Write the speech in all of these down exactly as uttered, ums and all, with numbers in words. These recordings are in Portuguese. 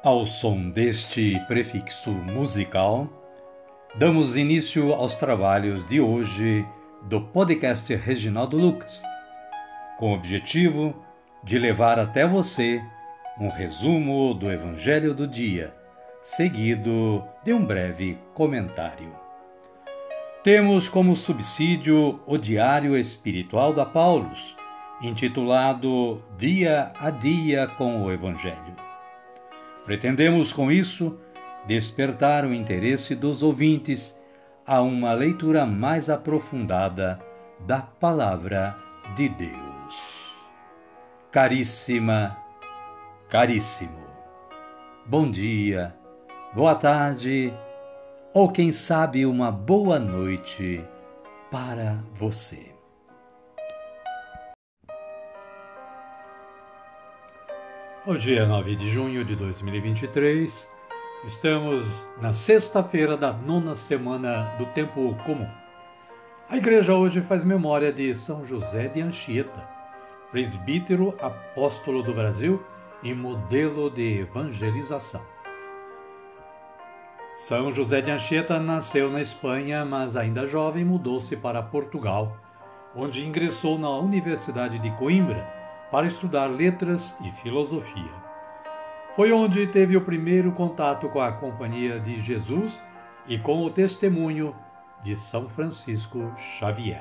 Ao som deste prefixo musical, damos início aos trabalhos de hoje do podcast Reginaldo Lucas, com o objetivo de levar até você um resumo do Evangelho do dia, seguido de um breve comentário. Temos como subsídio o Diário Espiritual da Paulus, intitulado Dia a Dia com o Evangelho. Pretendemos, com isso, despertar o interesse dos ouvintes a uma leitura mais aprofundada da Palavra de Deus. Caríssima, caríssimo, bom dia, boa tarde ou, quem sabe, uma boa noite para você. Hoje é nove de junho de dois mil e vinte e três, estamos na sexta-feira da nona semana do Tempo Comum. A igreja hoje faz memória de São José de Anchieta, presbítero apóstolo do Brasil e modelo de evangelização. São José de Anchieta nasceu na Espanha, mas ainda jovem mudou-se para Portugal, onde ingressou na Universidade de Coimbra para estudar letras e filosofia. Foi onde teve o primeiro contato com a Companhia de Jesus e com o testemunho de São Francisco Xavier.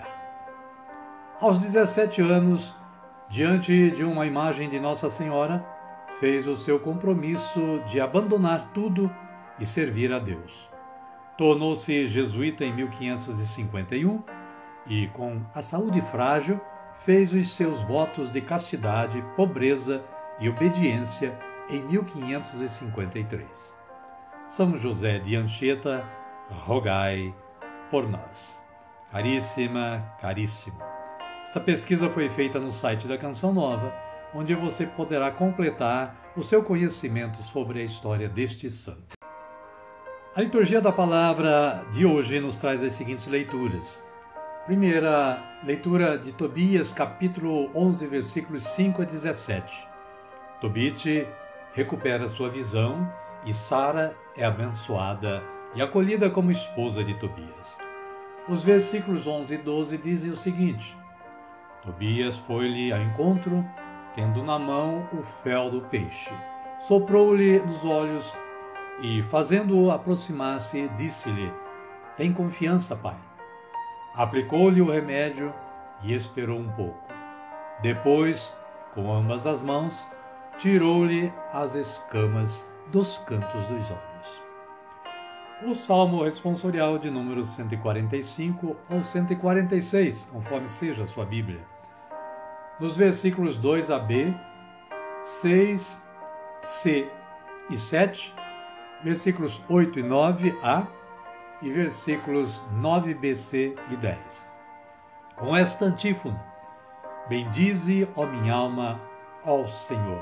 Aos dezessete anos, diante de uma imagem de Nossa Senhora, fez o seu compromisso de abandonar tudo e servir a Deus. Tornou-se jesuíta em mil quinhentos e cinquenta e um e, com a saúde frágil, fez os seus votos de castidade, pobreza e obediência em mil quinhentos e cinquenta e três. São José de Anchieta, rogai por nós. Caríssima, caríssimo. Esta pesquisa foi feita no site da Canção Nova, onde você poderá completar o seu conhecimento sobre a história deste santo. A liturgia da palavra de hoje nos traz as seguintes leituras. Primeira leitura de Tobias, capítulo onze, versículos cinco a dezessete. Tobit recupera sua visão e Sara é abençoada e acolhida como esposa de Tobias. Os versículos onze e doze dizem o seguinte: Tobias foi-lhe ao encontro, tendo na mão o fel do peixe. Soprou-lhe nos olhos e, fazendo-o aproximar-se, disse-lhe: Tem confiança, pai. Aplicou-lhe o remédio e esperou um pouco. Depois, com ambas as mãos, tirou-lhe as escamas dos cantos dos olhos. O Salmo responsorial de número cento e quarenta e cinco ou cento e quarenta e seis, conforme seja a sua Bíblia. Nos versículos dois a B, seis, C e sete, versículos oito e nove a e versículos nove B, C e dez. Com esta antífona: Bendize, ó minha alma, ao Senhor.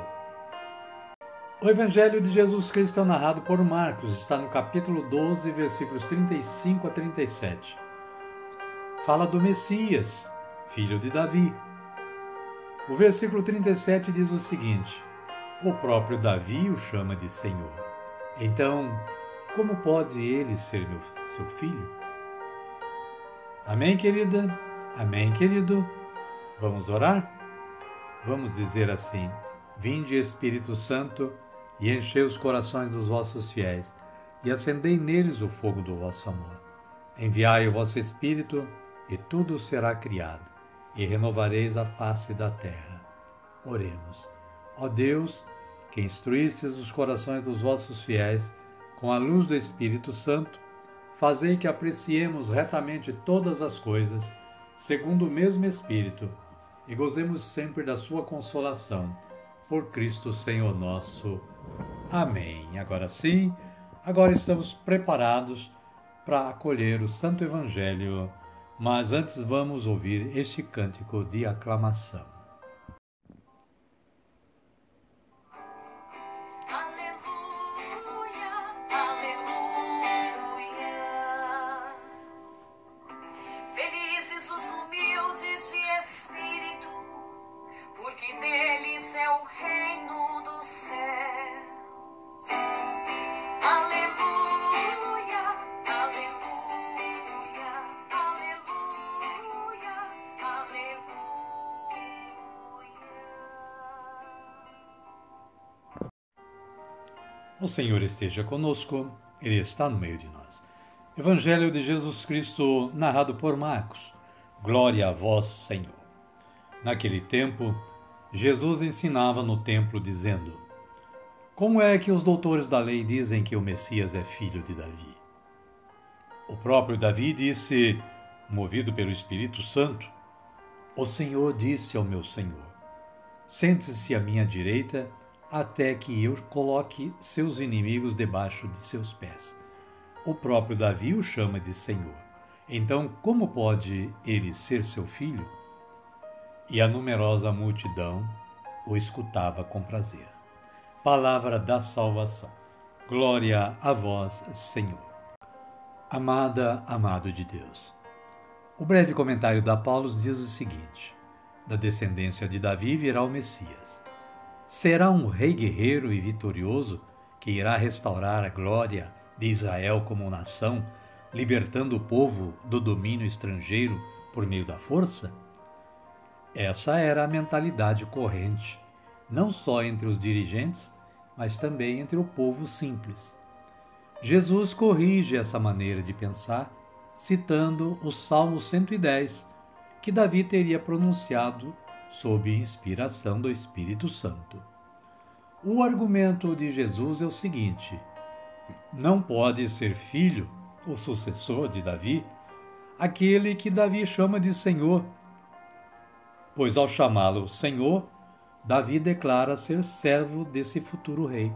O Evangelho de Jesus Cristo é narrado por Marcos, está no capítulo doze, versículos trinta e cinco a trinta e sete. Fala do Messias, filho de Davi. O versículo trinta e sete diz o seguinte: O próprio Davi o chama de Senhor. Então, como pode ele ser meu, seu filho? Amém, querida? Amém, querido? Vamos orar? Vamos dizer assim: Vinde, Espírito Santo, e enchei os corações dos vossos fiéis, e acendei neles o fogo do vosso amor. Enviai o vosso Espírito, e tudo será criado, e renovareis a face da terra. Oremos. Ó Deus, que instruístes os corações dos vossos fiéis, com a luz do Espírito Santo, fazei que apreciemos retamente todas as coisas, segundo o mesmo Espírito, e gozemos sempre da sua consolação. Por Cristo Senhor nosso. Amém. Agora sim, agora estamos preparados para acolher o Santo Evangelho, mas antes vamos ouvir este cântico de aclamação. Porque deles é o reino dos céus. O Senhor esteja conosco, Ele está no meio de nós. Evangelho de Jesus Cristo, narrado por Marcos. Glória a vós, Senhor. Naquele tempo, Jesus ensinava no templo, dizendo: Como é que os doutores da lei dizem que o Messias é filho de Davi? O próprio Davi disse, movido pelo Espírito Santo: O Senhor disse ao meu Senhor: Sente-se à minha direita, até que eu coloque seus inimigos debaixo de seus pés. O próprio Davi o chama de Senhor. Então, como pode ele ser seu filho? E a numerosa multidão o escutava com prazer. Palavra da salvação. Glória a vós, Senhor. Amada, amado de Deus. O breve comentário da Paulo diz o seguinte: da descendência de Davi virá o Messias. Será um rei guerreiro e vitorioso que irá restaurar a glória de Israel como nação, libertando o povo do domínio estrangeiro por meio da força? Essa era a mentalidade corrente, não só entre os dirigentes, mas também entre o povo simples. Jesus corrige essa maneira de pensar, citando o Salmo cento e dez, que Davi teria pronunciado sob inspiração do Espírito Santo. O argumento de Jesus é o seguinte: não pode ser filho, o sucessor de Davi, aquele que Davi chama de Senhor, pois ao chamá-lo Senhor, Davi declara ser servo desse futuro rei.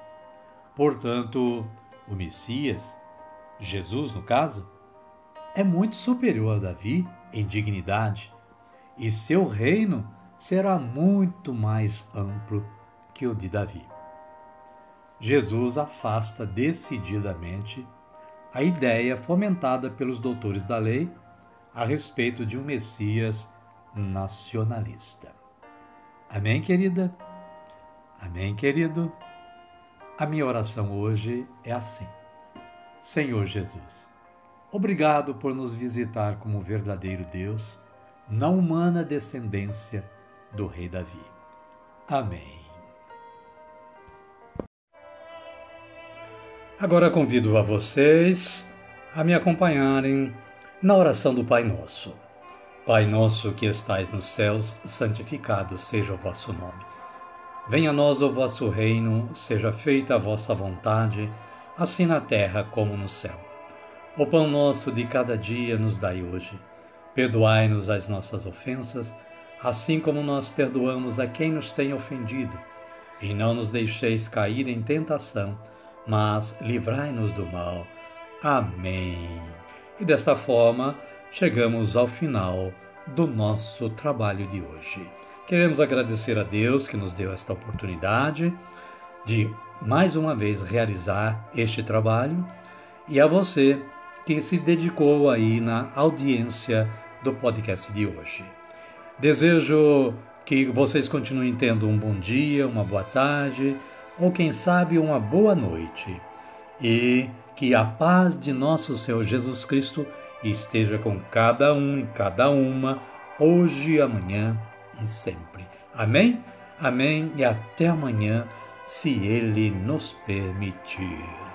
Portanto, o Messias, Jesus no caso, é muito superior a Davi em dignidade, e seu reino será muito mais amplo que o de Davi. Jesus afasta decididamente a ideia fomentada pelos doutores da lei a respeito de um Messias nacionalista. Amém, querida? Amém, querido? A minha oração hoje é assim: Senhor Jesus, obrigado por nos visitar como verdadeiro Deus, na humana descendência do rei Davi. Amém. Agora convido a vocês a me acompanharem na oração do Pai Nosso. Pai nosso que estais nos céus, santificado seja o vosso nome. Venha a nós o vosso reino, seja feita a vossa vontade, assim na terra como no céu. O pão nosso de cada dia nos dai hoje. Perdoai-nos as nossas ofensas, assim como nós perdoamos a quem nos tem ofendido. E não nos deixeis cair em tentação, mas livrai-nos do mal. Amém. E desta forma, chegamos ao final do nosso trabalho de hoje. Queremos agradecer a Deus que nos deu esta oportunidade de, mais uma vez, realizar este trabalho, e a você que se dedicou aí na audiência do podcast de hoje. Desejo que vocês continuem tendo um bom dia, uma boa tarde, ou quem sabe uma boa noite, e que a paz de nosso Senhor Jesus Cristo esteja com cada um e cada uma, hoje, amanhã e sempre. Amém? Amém e até amanhã, se Ele nos permitir.